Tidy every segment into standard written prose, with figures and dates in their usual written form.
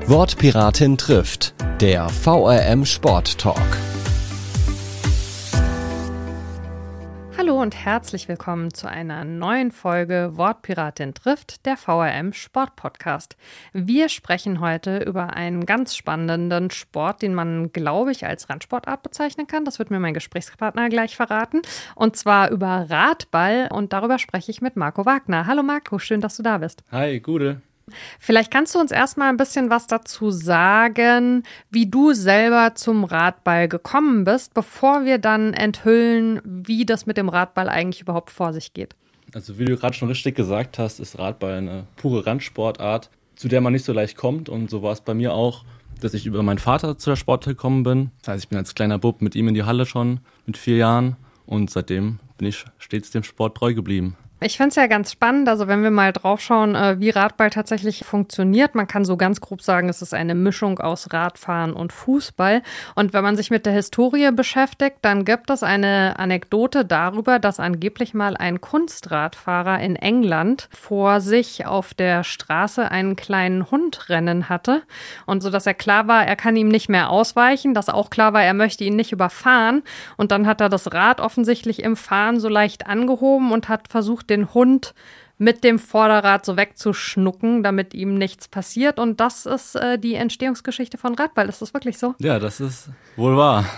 Wortpiratin trifft, der VRM Sport Talk. Hallo und herzlich willkommen zu einer neuen Folge Wortpiratin trifft, der VRM Sport Podcast. Wir sprechen heute über einen ganz spannenden Sport, den man, glaube ich, als Randsportart bezeichnen kann. Das wird mir mein Gesprächspartner gleich verraten. Und zwar über Radball, und darüber spreche ich mit Marco Wagner. Hallo Marco, schön, dass du da bist. Hi, Gude. Vielleicht kannst du uns erstmal ein bisschen was dazu sagen, wie du selber zum Radball gekommen bist, bevor wir dann enthüllen, wie das mit dem Radball eigentlich überhaupt vor sich geht. Also wie du gerade schon richtig gesagt hast, ist Radball eine pure Randsportart, zu der man nicht so leicht kommt. Und so war es bei mir auch, dass ich über meinen Vater zu der Sportart gekommen bin. Das heißt, ich bin als kleiner Bub mit ihm in die Halle schon mit 4 Jahren und seitdem bin ich stets dem Sport treu geblieben. Ich finde es ja ganz spannend, also wenn wir mal drauf schauen, wie Radball tatsächlich funktioniert. Man kann so ganz grob sagen, es ist eine Mischung aus Radfahren und Fußball. Und wenn man sich mit der Historie beschäftigt, dann gibt es eine Anekdote darüber, dass angeblich mal ein Kunstradfahrer in England vor sich auf der Straße einen kleinen Hund rennen hatte. Und so, dass er klar war, er kann ihm nicht mehr ausweichen, dass auch klar war, er möchte ihn nicht überfahren. Und dann hat er das Rad offensichtlich im Fahren so leicht angehoben und hat versucht, den Hund mit dem Vorderrad so wegzuschnucken, damit ihm nichts passiert. Und das ist die Entstehungsgeschichte von Radball. Ist das wirklich so? Ja, das ist wohl wahr.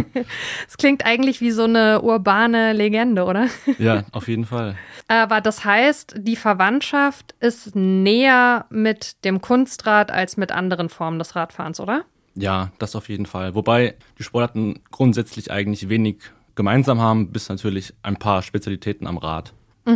Es klingt eigentlich wie so eine urbane Legende, oder? Ja, auf jeden Fall. Aber das heißt, die Verwandtschaft ist näher mit dem Kunstrad als mit anderen Formen des Radfahrens, oder? Ja, das auf jeden Fall. Wobei die Sportarten grundsätzlich eigentlich wenig gemeinsam haben, bis natürlich ein paar Spezialitäten am Rad.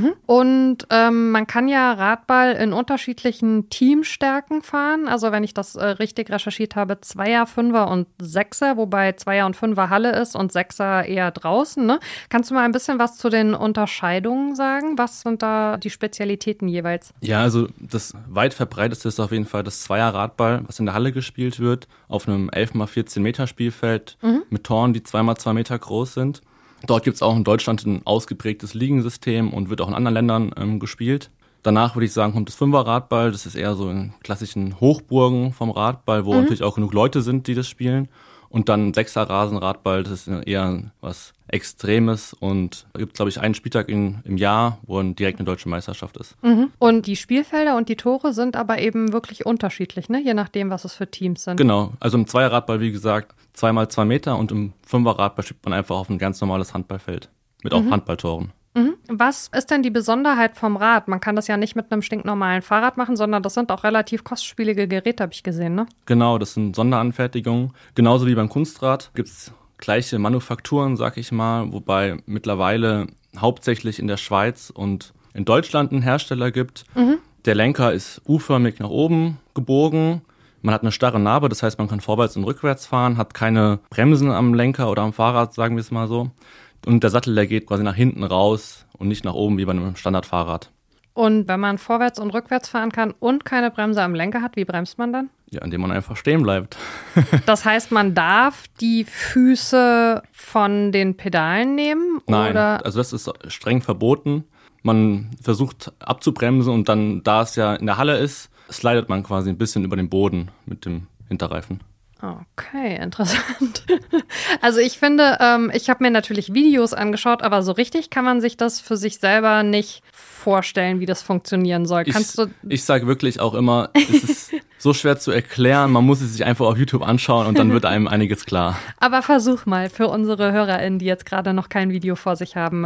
Und man kann ja Radball in unterschiedlichen Teamstärken fahren. Also wenn ich das richtig recherchiert habe, Zweier, Fünfer und Sechser, wobei Zweier und Fünfer Halle ist und Sechser eher draußen, ne? Kannst du mal ein bisschen was zu den Unterscheidungen sagen? Was sind da die Spezialitäten jeweils? Ja, also das weit verbreitetste ist auf jeden Fall das Zweier-Radball, was in der Halle gespielt wird, auf einem 11x14 Meter Spielfeld mit Toren, die 2x2 Meter groß sind. Dort gibt es auch in Deutschland ein ausgeprägtes Ligensystem und wird auch in anderen Ländern gespielt. Danach würde ich sagen, kommt das Fünfer-Radball. Das ist eher so in klassischen Hochburgen vom Radball, wo natürlich auch genug Leute sind, die das spielen. Und dann Sechser-Rasen-Radball, das ist eher was Extremes. Und da gibt es, glaube ich, einen Spieltag im Jahr, wo direkt eine deutsche Meisterschaft ist. Und die Spielfelder und die Tore sind aber eben wirklich unterschiedlich, ne? Je nachdem, was es für Teams sind. Genau, also im Zweier-Radball, wie gesagt, 2x2 Meter und im Fünfer-Radball spielt man einfach auf ein ganz normales Handballfeld mit auch Handballtoren. Was ist denn die Besonderheit vom Rad? Man kann das ja nicht mit einem stinknormalen Fahrrad machen, sondern das sind auch relativ kostspielige Geräte, habe ich gesehen, ne? Genau, das sind Sonderanfertigungen. Genauso wie beim Kunstrad gibt es gleiche Manufakturen, sag ich mal, wobei mittlerweile hauptsächlich in der Schweiz und in Deutschland einen Hersteller gibt. Der Lenker ist U-förmig nach oben gebogen. Man hat eine starre Narbe, das heißt, man kann vorwärts und rückwärts fahren, hat keine Bremsen am Lenker oder am Fahrrad, sagen wir es mal so. Und der Sattel, der geht quasi nach hinten raus und nicht nach oben wie bei einem Standardfahrrad. Und wenn man vorwärts und rückwärts fahren kann und keine Bremse am Lenker hat, wie bremst man dann? Ja, indem man einfach stehen bleibt. Das heißt, man darf die Füße von den Pedalen nehmen? Nein, oder? Also das ist streng verboten. Man versucht abzubremsen und dann, da es ja in der Halle ist, slidet man quasi ein bisschen über den Boden mit dem Hinterreifen. Okay, interessant. Also ich finde, ich habe mir natürlich Videos angeschaut, aber so richtig kann man sich das für sich selber nicht vorstellen, wie das funktionieren soll. Ich sage wirklich auch immer, es ist so schwer zu erklären, man muss es sich einfach auf YouTube anschauen und dann wird einem einiges klar. Aber versuch mal für unsere HörerInnen, die jetzt gerade noch kein Video vor sich haben,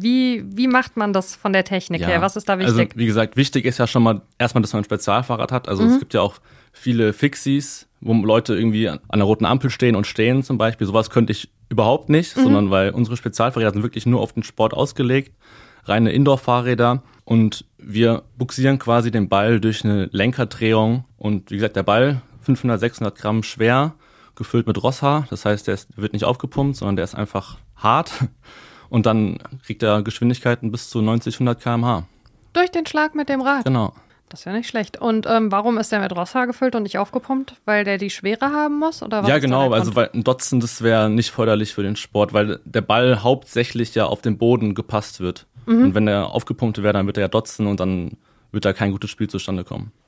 wie macht man das von der Technik her? Was ist da wichtig? Also wie gesagt, wichtig ist ja schon mal erstmal, dass man ein Spezialfahrrad hat. Also es gibt ja auch viele Fixies, wo Leute irgendwie an der roten Ampel stehen und stehen zum Beispiel. Sowas könnte ich überhaupt nicht, sondern weil unsere Spezialfahrräder sind wirklich nur auf den Sport ausgelegt, reine Indoor-Fahrräder. Und wir buxieren quasi den Ball durch eine Lenkerdrehung. Und wie gesagt, der Ball 500, 600 Gramm schwer, gefüllt mit Rosshaar. Das heißt, der wird nicht aufgepumpt, sondern der ist einfach hart. Und dann kriegt er Geschwindigkeiten bis zu 90, 100 km/h. Durch den Schlag mit dem Rad? Genau. Das ist ja nicht schlecht. Und warum ist der mit Rosshaar gefüllt und nicht aufgepumpt? Weil der die Schwere haben muss? Oder was? Ja, genau. Also weil ein Dotzen, das wäre nicht förderlich für den Sport, weil der Ball hauptsächlich ja auf den Boden gepasst wird. Und wenn der aufgepumpt wäre, dann wird er ja dotzen und dann wird da kein gutes Spiel zustande kommen.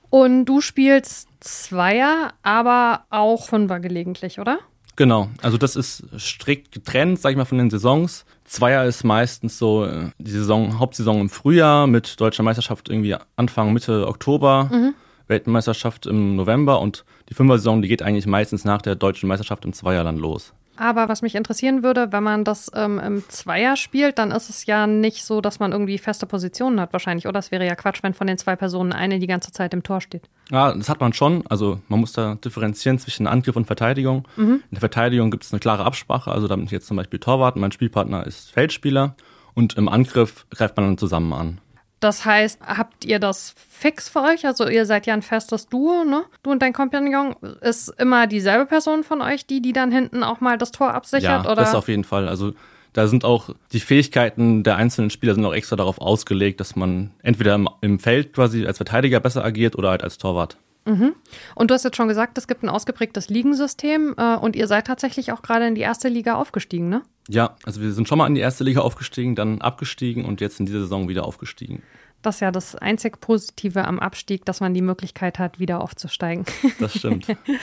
Und du spielst Zweier, aber auch Fünfer gelegentlich, oder? Genau, also das ist strikt getrennt, sag ich mal, von den Saisons. Zweier ist meistens so die Hauptsaison im Frühjahr mit Deutscher Meisterschaft irgendwie Anfang, Mitte Oktober, Weltmeisterschaft im November und die Fünfer-Saison, die geht eigentlich meistens nach der Deutschen Meisterschaft im Zweier dann los. Aber was mich interessieren würde, wenn man das im Zweier spielt, dann ist es ja nicht so, dass man irgendwie feste Positionen hat wahrscheinlich. Oder es wäre ja Quatsch, wenn von den zwei Personen eine die ganze Zeit im Tor steht. Ja, das hat man schon. Also man muss da differenzieren zwischen Angriff und Verteidigung. In der Verteidigung gibt es eine klare Absprache. Also da bin ich jetzt zum Beispiel Torwart, mein Spielpartner ist Feldspieler. Und im Angriff greift man dann zusammen an. Das heißt, habt ihr das fix für euch? Also ihr seid ja ein festes Duo, ne? Du und dein Kompagnon. Ist immer dieselbe Person von euch, die dann hinten auch mal das Tor absichert? Ja, oder? Das auf jeden Fall. Also da sind auch die Fähigkeiten der einzelnen Spieler sind auch extra darauf ausgelegt, dass man entweder im Feld quasi als Verteidiger besser agiert oder halt als Torwart. Und du hast jetzt schon gesagt, es gibt ein ausgeprägtes Ligensystem und ihr seid tatsächlich auch gerade in die erste Liga aufgestiegen, ne? Ja, also wir sind schon mal in die erste Liga aufgestiegen, dann abgestiegen und jetzt in dieser Saison wieder aufgestiegen. Das ist ja das einzig Positive am Abstieg, dass man die Möglichkeit hat, wieder aufzusteigen. Das stimmt.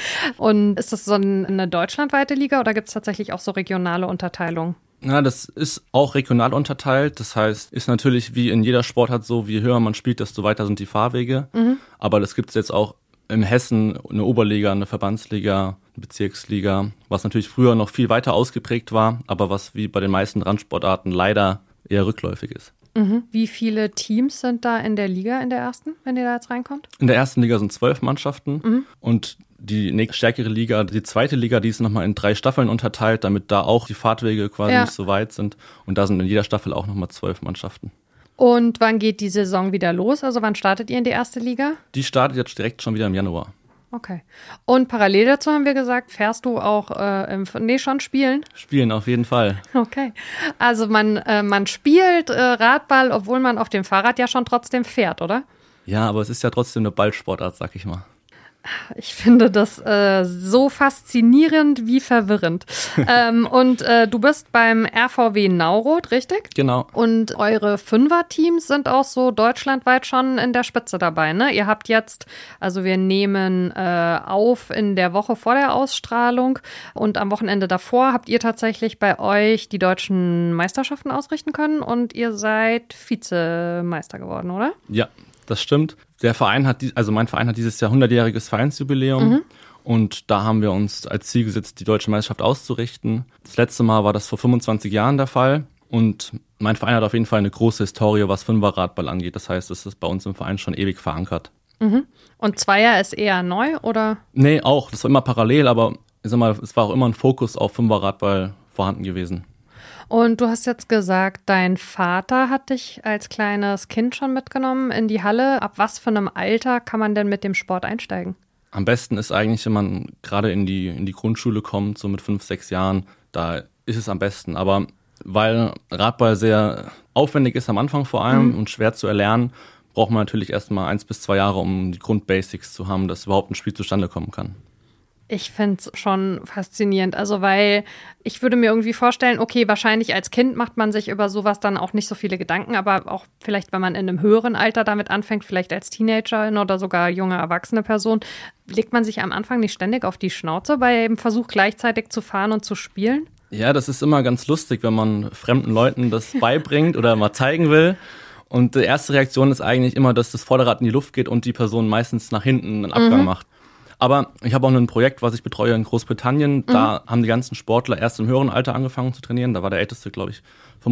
Und ist das so eine deutschlandweite Liga oder gibt es tatsächlich auch so regionale Unterteilungen? Ja, das ist auch regional unterteilt. Das heißt, ist natürlich wie in jeder Sportart so, je höher man spielt, desto weiter sind die Fahrwege. Aber das gibt es jetzt auch in Hessen eine Oberliga, eine Verbandsliga, eine Bezirksliga, was natürlich früher noch viel weiter ausgeprägt war, aber was wie bei den meisten Randsportarten leider eher rückläufig ist. Wie viele Teams sind da in der Liga in der ersten, wenn ihr da jetzt reinkommt? In der ersten Liga sind 12 Mannschaften und die nächststärkere Liga, die zweite Liga, die ist nochmal in 3 Staffeln unterteilt, damit da auch die Fahrtwege quasi nicht so weit sind. Und da sind in jeder Staffel auch nochmal 12 Mannschaften. Und wann geht die Saison wieder los? Also wann startet ihr in die erste Liga? Die startet jetzt direkt schon wieder im Januar. Okay. Und parallel dazu haben wir gesagt, fährst du auch schon spielen? Spielen auf jeden Fall. Okay. Also man spielt Radball, obwohl man auf dem Fahrrad ja schon trotzdem fährt, oder? Ja, aber es ist ja trotzdem eine Ballsportart, sag ich mal. Ich finde das so faszinierend wie verwirrend. Und du bist beim RVW Nauroth, richtig? Genau. Und eure Fünfer-Teams sind auch so deutschlandweit schon in der Spitze dabei, ne? Ihr habt jetzt, also wir nehmen auf in der Woche vor der Ausstrahlung und am Wochenende davor habt ihr tatsächlich bei euch die deutschen Meisterschaften ausrichten können und ihr seid Vizemeister geworden, oder? Ja, das stimmt. Mein Verein hat dieses Jahr 100-jähriges Vereinsjubiläum und da haben wir uns als Ziel gesetzt, die deutsche Meisterschaft auszurichten. Das letzte Mal war das vor 25 Jahren der Fall und mein Verein hat auf jeden Fall eine große Historie, was Fünfer-Radball angeht. Das heißt, es ist bei uns im Verein schon ewig verankert. Und Zweier ist eher neu, oder? Nee, auch. Das war immer parallel, aber ich sag mal, es war auch immer ein Fokus auf Fünfer-Radball vorhanden gewesen. Und du hast jetzt gesagt, dein Vater hat dich als kleines Kind schon mitgenommen in die Halle. Ab was für einem Alter kann man denn mit dem Sport einsteigen? Am besten ist eigentlich, wenn man gerade in die Grundschule kommt, so mit 5, 6 Jahren, da ist es am besten. Aber weil Radball sehr aufwendig ist am Anfang vor allem und schwer zu erlernen, braucht man natürlich erstmal 1 bis 2 Jahre, um die Grundbasics zu haben, dass überhaupt ein Spiel zustande kommen kann. Ich finde es schon faszinierend, also weil ich würde mir irgendwie vorstellen, okay, wahrscheinlich als Kind macht man sich über sowas dann auch nicht so viele Gedanken, aber auch vielleicht, wenn man in einem höheren Alter damit anfängt, vielleicht als Teenagerin oder sogar junge erwachsene Person, legt man sich am Anfang nicht ständig auf die Schnauze beim Versuch gleichzeitig zu fahren und zu spielen? Ja, das ist immer ganz lustig, wenn man fremden Leuten das beibringt oder mal zeigen will. Und die erste Reaktion ist eigentlich immer, dass das Vorderrad in die Luft geht und die Person meistens nach hinten einen Abgang macht. Aber ich habe auch ein Projekt, was ich betreue in Großbritannien. Da haben die ganzen Sportler erst im höheren Alter angefangen zu trainieren. Da war der Älteste, glaube ich,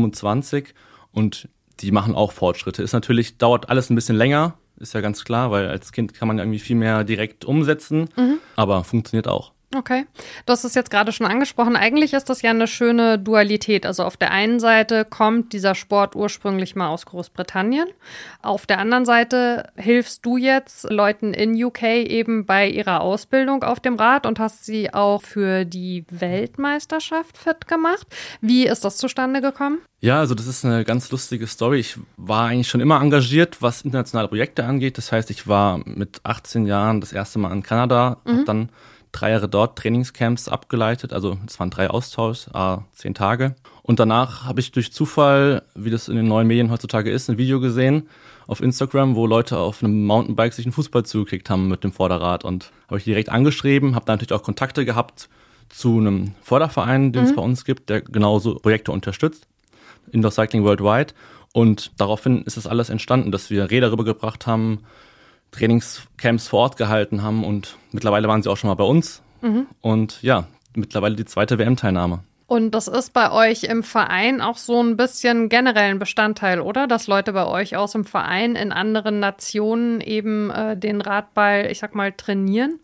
25. Und die machen auch Fortschritte. Dauert alles ein bisschen länger, ist ja ganz klar, weil als Kind kann man ja irgendwie viel mehr direkt umsetzen. Aber funktioniert auch. Okay, du hast es jetzt gerade schon angesprochen. Eigentlich ist das ja eine schöne Dualität. Also auf der einen Seite kommt dieser Sport ursprünglich mal aus Großbritannien. Auf der anderen Seite hilfst du jetzt Leuten in UK eben bei ihrer Ausbildung auf dem Rad und hast sie auch für die Weltmeisterschaft fit gemacht. Wie ist das zustande gekommen? Ja, also das ist eine ganz lustige Story. Ich war eigentlich schon immer engagiert, was internationale Projekte angeht. Das heißt, ich war mit 18 Jahren das erste Mal in Kanada, habe dann 3 Jahre dort Trainingscamps abgeleitet, also es waren 3 Austauschs, 10 Tage. Und danach habe ich durch Zufall, wie das in den neuen Medien heutzutage ist, ein Video gesehen auf Instagram, wo Leute auf einem Mountainbike sich einen Fußball zugekickt haben mit dem Vorderrad. Und habe ich direkt angeschrieben, habe da natürlich auch Kontakte gehabt zu einem Förderverein, den es bei uns gibt, der genauso Projekte unterstützt, Indoor Cycling Worldwide. Und daraufhin ist das alles entstanden, dass wir Räder rübergebracht haben, Trainingscamps vor Ort gehalten haben und mittlerweile waren sie auch schon mal bei uns. Und ja, mittlerweile die 2. WM-Teilnahme. Und das ist bei euch im Verein auch so ein bisschen generell ein Bestandteil, oder? Dass Leute bei euch aus dem Verein in anderen Nationen eben den Radball, ich sag mal, trainieren?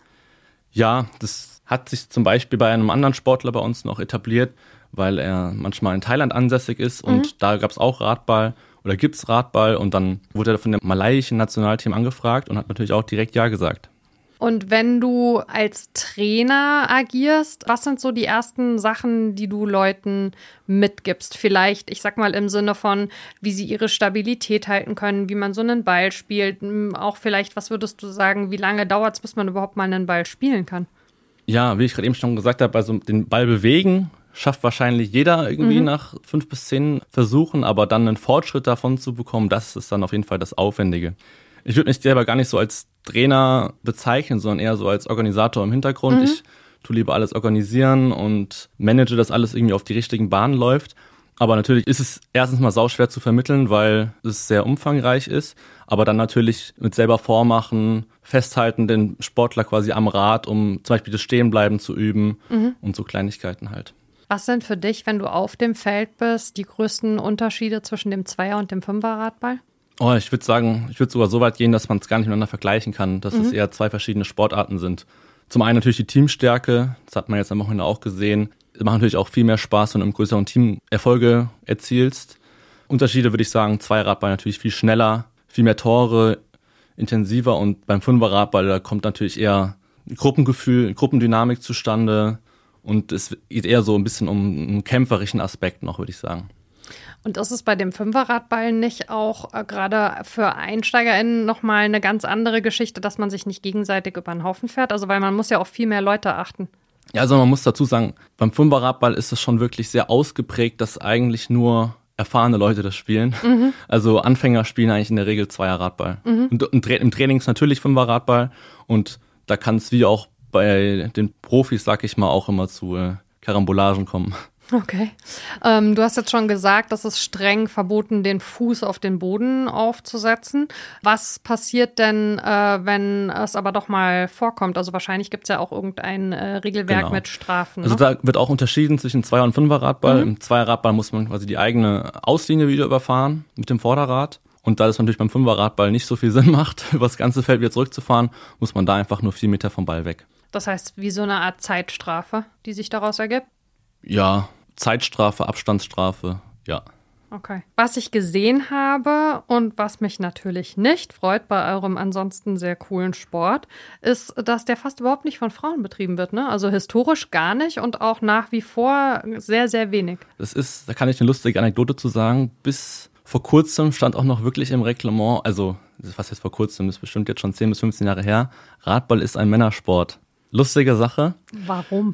Ja, das hat sich zum Beispiel bei einem anderen Sportler bei uns noch etabliert, weil er manchmal in Thailand ansässig ist und da gab es auch Radball. Oder gibt's Radball? Und dann wurde er von dem malaiischen Nationalteam angefragt und hat natürlich auch direkt Ja gesagt. Und wenn du als Trainer agierst, was sind so die ersten Sachen, die du Leuten mitgibst? Vielleicht, ich sag mal im Sinne von, wie sie ihre Stabilität halten können, wie man so einen Ball spielt. Auch vielleicht, was würdest du sagen, wie lange dauert es, bis man überhaupt mal einen Ball spielen kann? Ja, wie ich gerade eben schon gesagt habe, also den Ball bewegen schafft wahrscheinlich jeder irgendwie nach 5 bis 10 Versuchen, aber dann einen Fortschritt davon zu bekommen, das ist dann auf jeden Fall das Aufwendige. Ich würde mich selber gar nicht so als Trainer bezeichnen, sondern eher so als Organisator im Hintergrund. Ich tue lieber alles organisieren und manage, dass alles irgendwie auf die richtigen Bahnen läuft. Aber natürlich ist es erstens mal sauschwer zu vermitteln, weil es sehr umfangreich ist. Aber dann natürlich mit selber vormachen, festhalten, den Sportler quasi am Rad, um zum Beispiel das Stehenbleiben zu üben und so Kleinigkeiten halt. Was sind für dich, wenn du auf dem Feld bist, die größten Unterschiede zwischen dem Zweier- und dem Fünfer-Radball? Oh, ich würde sagen, ich würde sogar so weit gehen, dass man es gar nicht miteinander vergleichen kann, dass es eher 2 verschiedene Sportarten sind. Zum einen natürlich die Teamstärke, das hat man jetzt am Wochenende auch gesehen. Es macht natürlich auch viel mehr Spaß, wenn du im größeren Team Erfolge erzielst. Unterschiede würde ich sagen, Zweierradball natürlich viel schneller, viel mehr Tore, intensiver und beim Fünferradball, da kommt natürlich eher ein Gruppengefühl, Gruppendynamik zustande und es geht eher so ein bisschen um einen kämpferischen Aspekt noch, würde ich sagen. Und ist es bei dem Fünferradball nicht auch gerade für EinsteigerInnen nochmal eine ganz andere Geschichte, dass man sich nicht gegenseitig über den Haufen fährt? Also weil man muss ja auf viel mehr Leute achten. Ja, also man muss dazu sagen, beim Fünferradball ist es schon wirklich sehr ausgeprägt, dass eigentlich nur erfahrene Leute das spielen. Also Anfänger spielen eigentlich in der Regel Zweierradball. Und im Training ist natürlich Fünferradball und da kann es wie auch bei den Profis, sag ich mal, auch immer zu Karambolagen kommen. Okay. Du hast jetzt schon gesagt, es ist streng verboten, den Fuß auf den Boden aufzusetzen. Was passiert denn, wenn es aber doch mal vorkommt? Also wahrscheinlich gibt es ja auch irgendein Regelwerk mit Strafen. Also da wird auch unterschieden zwischen Zweier- und Fünferradball. Im Zweierradball muss man quasi die eigene Auslinie wieder überfahren mit dem Vorderrad. Und da das natürlich beim Fünferradball nicht so viel Sinn macht, über das ganze Feld wieder zurückzufahren, muss man da einfach nur 4 Meter vom Ball weg. Das heißt, wie so eine Art Zeitstrafe, die sich daraus ergibt? Ja, Zeitstrafe, Abstandsstrafe, ja. Okay. Was ich gesehen habe und was mich natürlich nicht freut bei eurem ansonsten sehr coolen Sport, ist, dass der fast überhaupt nicht von Frauen betrieben wird, ne? Also historisch gar nicht und auch nach wie vor sehr, sehr wenig. Da kann ich eine lustige Anekdote zu sagen. Bis vor kurzem stand auch noch wirklich im Reglement, also was jetzt vor kurzem, das ist bestimmt jetzt schon 10 bis 15 Jahre her, Radball ist ein Männersport. Lustige Sache. Warum?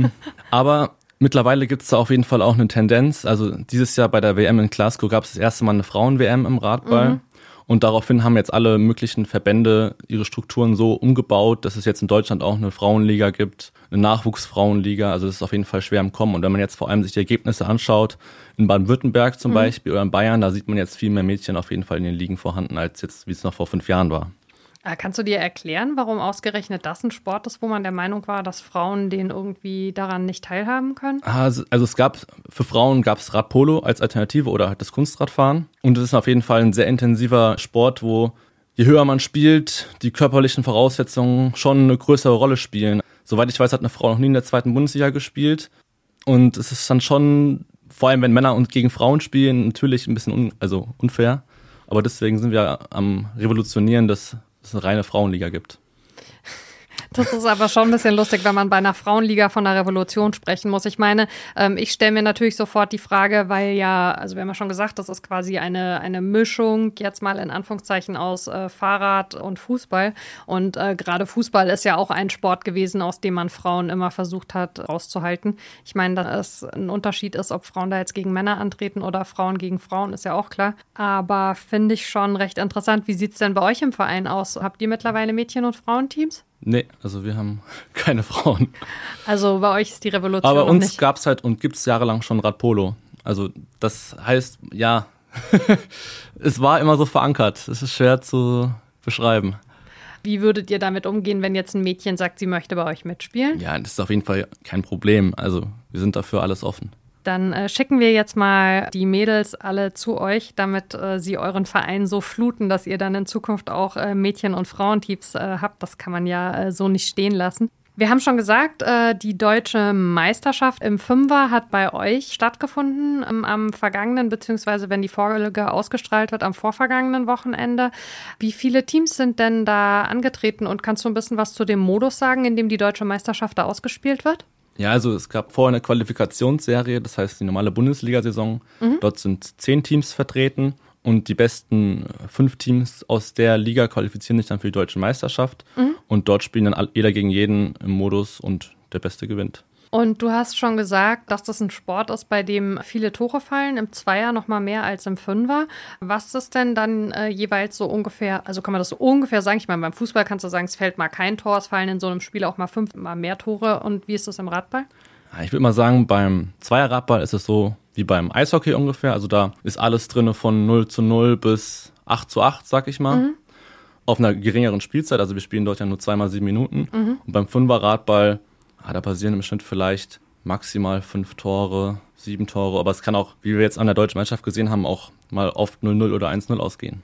Aber mittlerweile gibt es da auf jeden Fall auch eine Tendenz. Also dieses Jahr bei der WM in Glasgow gab es das erste Mal eine Frauen-WM im Radball. Und daraufhin haben jetzt alle möglichen Verbände ihre Strukturen so umgebaut, dass es jetzt in Deutschland auch eine Frauenliga gibt, eine Nachwuchsfrauenliga. Also das ist auf jeden Fall schwer im Kommen. Und wenn man jetzt vor allem sich die Ergebnisse anschaut, in Baden-Württemberg zum Beispiel oder in Bayern, da sieht man jetzt viel mehr Mädchen auf jeden Fall in den Ligen vorhanden, als jetzt, wie es noch vor 5 Jahren war. Kannst du dir erklären, warum ausgerechnet das ein Sport ist, wo man der Meinung war, dass Frauen den irgendwie daran nicht teilhaben können? Also für Frauen gab es Radpolo als Alternative oder halt das Kunstradfahren. Und es ist auf jeden Fall ein sehr intensiver Sport, wo je höher man spielt, die körperlichen Voraussetzungen schon eine größere Rolle spielen. Soweit ich weiß, hat eine Frau noch nie in der 2. Bundesliga gespielt. Und es ist dann schon, vor allem wenn Männer und gegen Frauen spielen, natürlich ein bisschen unfair. Aber deswegen sind wir am Revolutionieren, dass es eine reine Frauenliga gibt. Das ist aber schon ein bisschen lustig, wenn man bei einer Frauenliga von einer Revolution sprechen muss. Ich meine, ich stelle mir natürlich sofort die Frage, weil ja, also wir haben ja schon gesagt, das ist quasi eine Mischung, jetzt mal in Anführungszeichen, aus Fahrrad und Fußball. Und gerade Fußball ist ja auch ein Sport gewesen, aus dem man Frauen immer versucht hat, rauszuhalten. Ich meine, dass es ein Unterschied ist, ob Frauen da jetzt gegen Männer antreten oder Frauen gegen Frauen, ist ja auch klar. Aber finde ich schon recht interessant. Wie sieht es denn bei euch im Verein aus? Habt ihr mittlerweile Mädchen- und Frauenteams? Nee, also wir haben keine Frauen. Also bei euch ist die Revolution Aber noch uns nicht. gab es halt und gibt es jahrelang schon Radpolo. Also das heißt, ja, es war immer so verankert. Es ist schwer zu beschreiben. Wie würdet ihr damit umgehen, wenn jetzt ein Mädchen sagt, sie möchte bei euch mitspielen? Ja, das ist auf jeden Fall kein Problem. Also wir sind dafür alles offen. Dann schicken wir jetzt mal die Mädels alle zu euch, damit sie euren Verein so fluten, dass ihr dann in Zukunft auch Mädchen- und Frauenteams habt. Das kann man ja so nicht stehen lassen. Wir haben schon gesagt, die deutsche Meisterschaft im Fünfer hat bei euch stattgefunden am vergangenen, beziehungsweise wenn die Folge ausgestrahlt wird, am vorvergangenen Wochenende. Wie viele Teams sind denn da angetreten und kannst du ein bisschen was zu dem Modus sagen, in dem die deutsche Meisterschaft da ausgespielt wird? Ja, also es gab vorher eine Qualifikationsserie, das heißt die normale Bundesliga-Saison. Dort sind 10 Teams vertreten und die besten 5 Teams aus der Liga qualifizieren sich dann für die deutsche Meisterschaft. Und dort spielen dann jeder gegen jeden im Modus und der Beste gewinnt. Und du hast schon gesagt, dass das ein Sport ist, bei dem viele Tore fallen, im Zweier noch mal mehr als im Fünfer. Was ist denn dann jeweils so ungefähr, also kann man das so ungefähr sagen? Ich meine, beim Fußball kannst du sagen, es fällt mal kein Tor, es fallen in so einem Spiel auch mal 5, mal mehr Tore. Und wie ist das im Radball? Ich würde mal sagen, beim Zweierradball ist es so wie beim Eishockey ungefähr. Also da ist alles drin von 0:0 bis 8:8, sag ich mal. Auf einer geringeren Spielzeit, also wir spielen dort ja nur 2 mal 7 Minuten. Und beim Fünferradball, da passieren im Schnitt vielleicht maximal 5 Tore, 7 Tore. Aber es kann auch, wie wir jetzt an der deutschen Meisterschaft gesehen haben, auch mal oft 0:0 oder 1:0 ausgehen.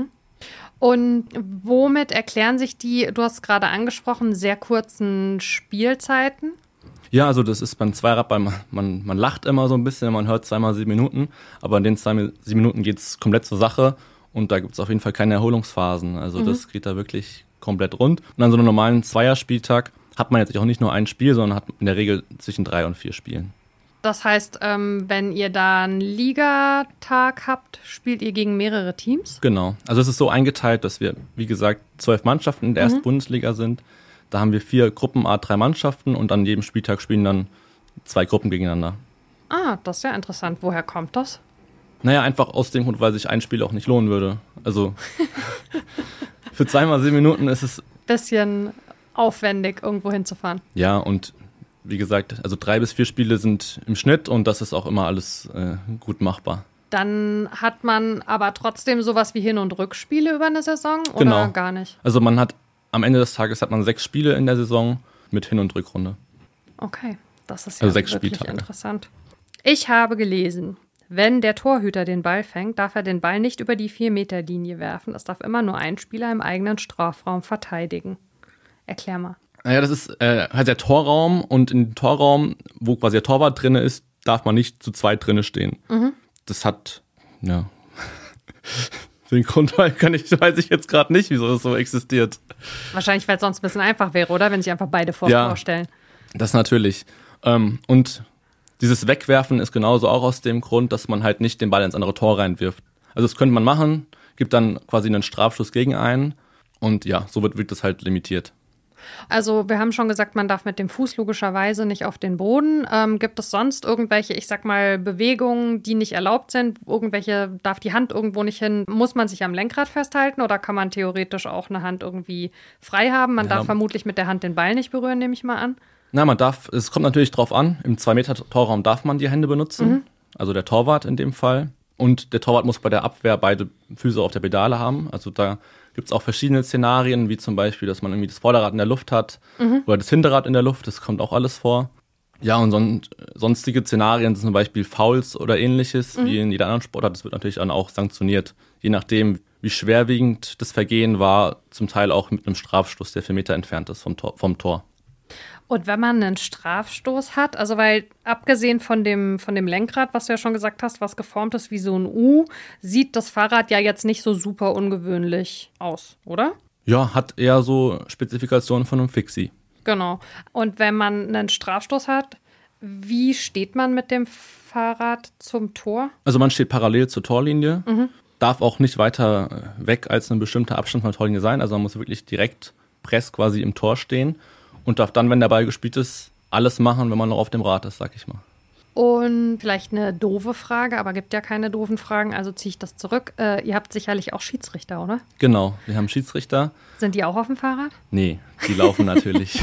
Und womit erklären sich die, du hast gerade angesprochen, sehr kurzen Spielzeiten? Ja, also das ist beim Zweierradball, man lacht immer so ein bisschen, wenn man hört 2 mal 7 Minuten. Aber in den 2 mal 7 Minuten geht es komplett zur Sache. Und da gibt es auf jeden Fall keine Erholungsphasen. Also das geht da wirklich komplett rund. Und an so einem normalen Zweierspieltag hat man jetzt auch nicht nur ein Spiel, sondern hat in der Regel zwischen 3 und 4 Spielen. Das heißt, wenn ihr da einen Ligatag habt, spielt ihr gegen mehrere Teams? Genau. Also es ist so eingeteilt, dass wir, wie gesagt, 12 Mannschaften in der ersten Bundesliga sind. Da haben wir 4 Gruppen, 3 Mannschaften und an jedem Spieltag spielen dann 2 Gruppen gegeneinander. Ah, das ist ja interessant. Woher kommt das? Naja, einfach aus dem Grund, weil sich ein Spiel auch nicht lohnen würde. Also für 2 mal 7 Minuten ist es... Bisschen aufwendig, irgendwo hinzufahren. Ja, und wie gesagt, also 3 bis 4 Spiele sind im Schnitt und das ist auch immer alles gut machbar. Dann hat man aber trotzdem sowas wie Hin- und Rückspiele über eine Saison oder Genau. gar nicht? Also man hat, am Ende des Tages hat man 6 Spiele in der Saison mit Hin- und Rückrunde. Okay, das ist ja Also 6 wirklich Spieltage. interessant. Ich habe gelesen, wenn der Torhüter den Ball fängt, darf er den Ball nicht über die 4-Meter-Linie werfen. Es darf immer nur ein Spieler im eigenen Strafraum verteidigen. Erklär mal. Naja, das ist halt der Torraum und im Torraum, wo quasi der Torwart drinne ist, darf man nicht zu zweit drinne stehen. Das hat, ja, den Grund weiß ich jetzt gerade nicht, wieso das so existiert. Wahrscheinlich, weil es sonst ein bisschen einfach wäre, oder? Wenn sich einfach beide vorstellen. Das natürlich. Und dieses Wegwerfen ist genauso auch aus dem Grund, dass man halt nicht den Ball ins andere Tor reinwirft. Also das könnte man machen, gibt dann quasi einen Strafschuss gegen einen und ja, so wird das halt limitiert. Also wir haben schon gesagt, man darf mit dem Fuß logischerweise nicht auf den Boden. Gibt es sonst irgendwelche, ich sag mal, Bewegungen, die nicht erlaubt sind? Irgendwelche, darf die Hand irgendwo nicht hin? Muss man sich am Lenkrad festhalten oder kann man theoretisch auch eine Hand irgendwie frei haben? Man darf vermutlich mit der Hand den Ball nicht berühren, nehme ich mal an. Na, es kommt natürlich drauf an, im 2-Meter-Torraum darf man die Hände benutzen, also der Torwart in dem Fall. Und der Torwart muss bei der Abwehr beide Füße auf der Pedale haben. Also da gibt es auch verschiedene Szenarien, wie zum Beispiel, dass man irgendwie das Vorderrad in der Luft hat oder das Hinterrad in der Luft, das kommt auch alles vor. Ja, und sonstige Szenarien sind zum Beispiel Fouls oder ähnliches, wie in jeder anderen Sportart. Das wird natürlich dann auch sanktioniert, je nachdem, wie schwerwiegend das Vergehen war, zum Teil auch mit einem Strafstoß, der 4 Meter entfernt ist vom Tor. Und wenn man einen Strafstoß hat, also weil abgesehen von dem Lenkrad, was du ja schon gesagt hast, was geformt ist wie so ein U, sieht das Fahrrad ja jetzt nicht so super ungewöhnlich aus, oder? Ja, hat eher so Spezifikationen von einem Fixie. Genau. Und wenn man einen Strafstoß hat, wie steht man mit dem Fahrrad zum Tor? Also man steht parallel zur Torlinie, darf auch nicht weiter weg als ein bestimmter Abstand von der Torlinie sein. Also man muss wirklich direkt press quasi im Tor stehen und darf dann, wenn der Ball gespielt ist, alles machen, wenn man noch auf dem Rad ist, sag ich mal. Und vielleicht eine doofe Frage, aber gibt ja keine doofen Fragen, also ziehe ich das zurück. Ihr habt sicherlich auch Schiedsrichter, oder? Genau, wir haben Schiedsrichter. Sind die auch auf dem Fahrrad? Nee, die laufen natürlich.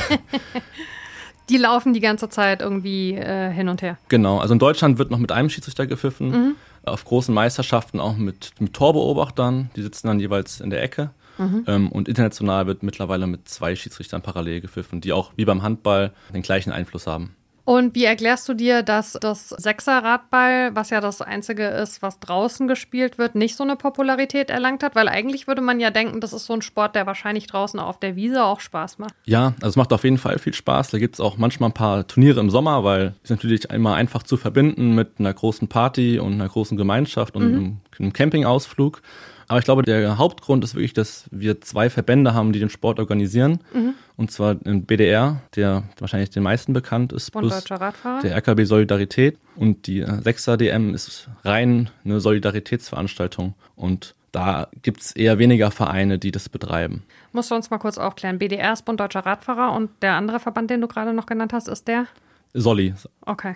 Die laufen die ganze Zeit irgendwie hin und her. Genau, also in Deutschland wird noch mit einem Schiedsrichter gepfiffen. Auf großen Meisterschaften auch mit Torbeobachtern. Die sitzen dann jeweils in der Ecke. Und international wird mittlerweile mit 2 Schiedsrichtern parallel gepfiffen, die auch wie beim Handball den gleichen Einfluss haben. Und wie erklärst du dir, dass das Sechser-Radball, was ja das einzige ist, was draußen gespielt wird, nicht so eine Popularität erlangt hat? Weil eigentlich würde man ja denken, das ist so ein Sport, der wahrscheinlich draußen auf der Wiese auch Spaß macht. Ja, also es macht auf jeden Fall viel Spaß. Da gibt es auch manchmal ein paar Turniere im Sommer, weil es natürlich immer einfach zu verbinden mit einer großen Party und einer großen Gemeinschaft und einem Campingausflug. Aber ich glaube, der Hauptgrund ist wirklich, dass wir 2 Verbände haben, die den Sport organisieren. Und zwar den BDR, der wahrscheinlich den meisten bekannt ist, Bund Deutscher Radfahrer. Der RKB Solidarität. Und die 6er DM ist rein eine Solidaritätsveranstaltung. Und da gibt es eher weniger Vereine, die das betreiben. Musst du uns mal kurz aufklären. BDR ist Bund Deutscher Radfahrer und der andere Verband, den du gerade noch genannt hast, ist der? Soli. Okay.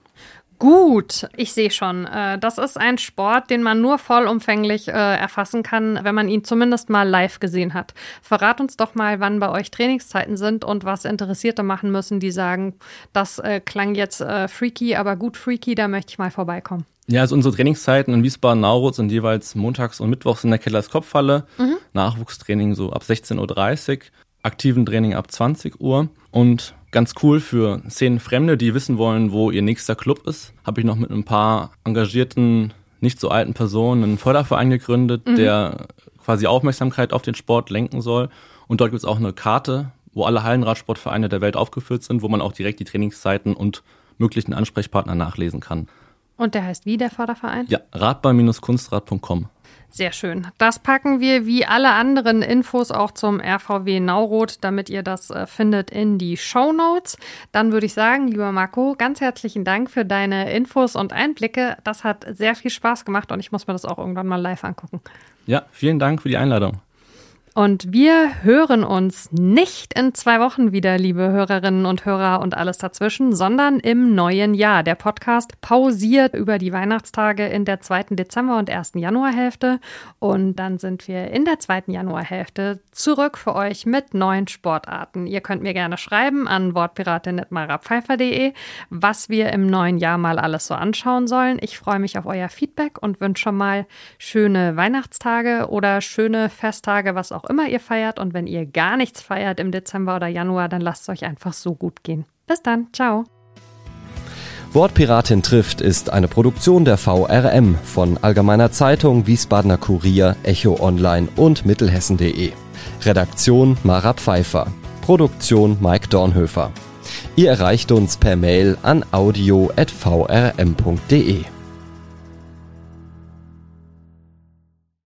Gut, ich sehe schon. Das ist ein Sport, den man nur vollumfänglich erfassen kann, wenn man ihn zumindest mal live gesehen hat. Verrat uns doch mal, wann bei euch Trainingszeiten sind und was Interessierte machen müssen, die sagen, das klang jetzt freaky, aber gut freaky, da möchte ich mal vorbeikommen. Ja, also unsere Trainingszeiten in Wiesbaden-Nauroth sind jeweils montags und mittwochs in der Kellers-Kopfhalle. Nachwuchstraining so ab 16:30 Uhr, aktiven Training ab 20 Uhr und ganz cool für Szenenfremde, die wissen wollen, wo ihr nächster Club ist, habe ich noch mit ein paar engagierten, nicht so alten Personen einen Förderverein gegründet, der quasi Aufmerksamkeit auf den Sport lenken soll. Und dort gibt es auch eine Karte, wo alle Hallenradsportvereine der Welt aufgeführt sind, wo man auch direkt die Trainingszeiten und möglichen Ansprechpartner nachlesen kann. Und der heißt wie, der Förderverein? Ja, radball-kunstrad.com. Sehr schön. Das packen wir wie alle anderen Infos auch zum RVW Nauroth, damit ihr das findet in die Shownotes. Dann würde ich sagen, lieber Marco, ganz herzlichen Dank für deine Infos und Einblicke. Das hat sehr viel Spaß gemacht und ich muss mir das auch irgendwann mal live angucken. Ja, vielen Dank für die Einladung. Und wir hören uns nicht in 2 Wochen wieder, liebe Hörerinnen und Hörer und alles dazwischen, sondern im neuen Jahr. Der Podcast pausiert über die Weihnachtstage in der 2. Dezember- und 1. Januarhälfte. Und dann sind wir in der 2. Januarhälfte zurück für euch mit neuen Sportarten. Ihr könnt mir gerne schreiben an wortpiratin@marapfeifer.de, was wir im neuen Jahr mal alles so anschauen sollen. Ich freue mich auf euer Feedback und wünsche schon mal schöne Weihnachtstage oder schöne Festtage, was auch immer ihr feiert. Und wenn ihr gar nichts feiert im Dezember oder Januar, dann lasst es euch einfach so gut gehen. Bis dann, ciao. Wortpiratin trifft ist eine Produktion der VRM von Allgemeiner Zeitung, Wiesbadener Kurier, Echo Online und Mittelhessen.de. Redaktion Mara Pfeiffer. Produktion Mike Dornhöfer. Ihr erreicht uns per Mail an audio@vrm.de.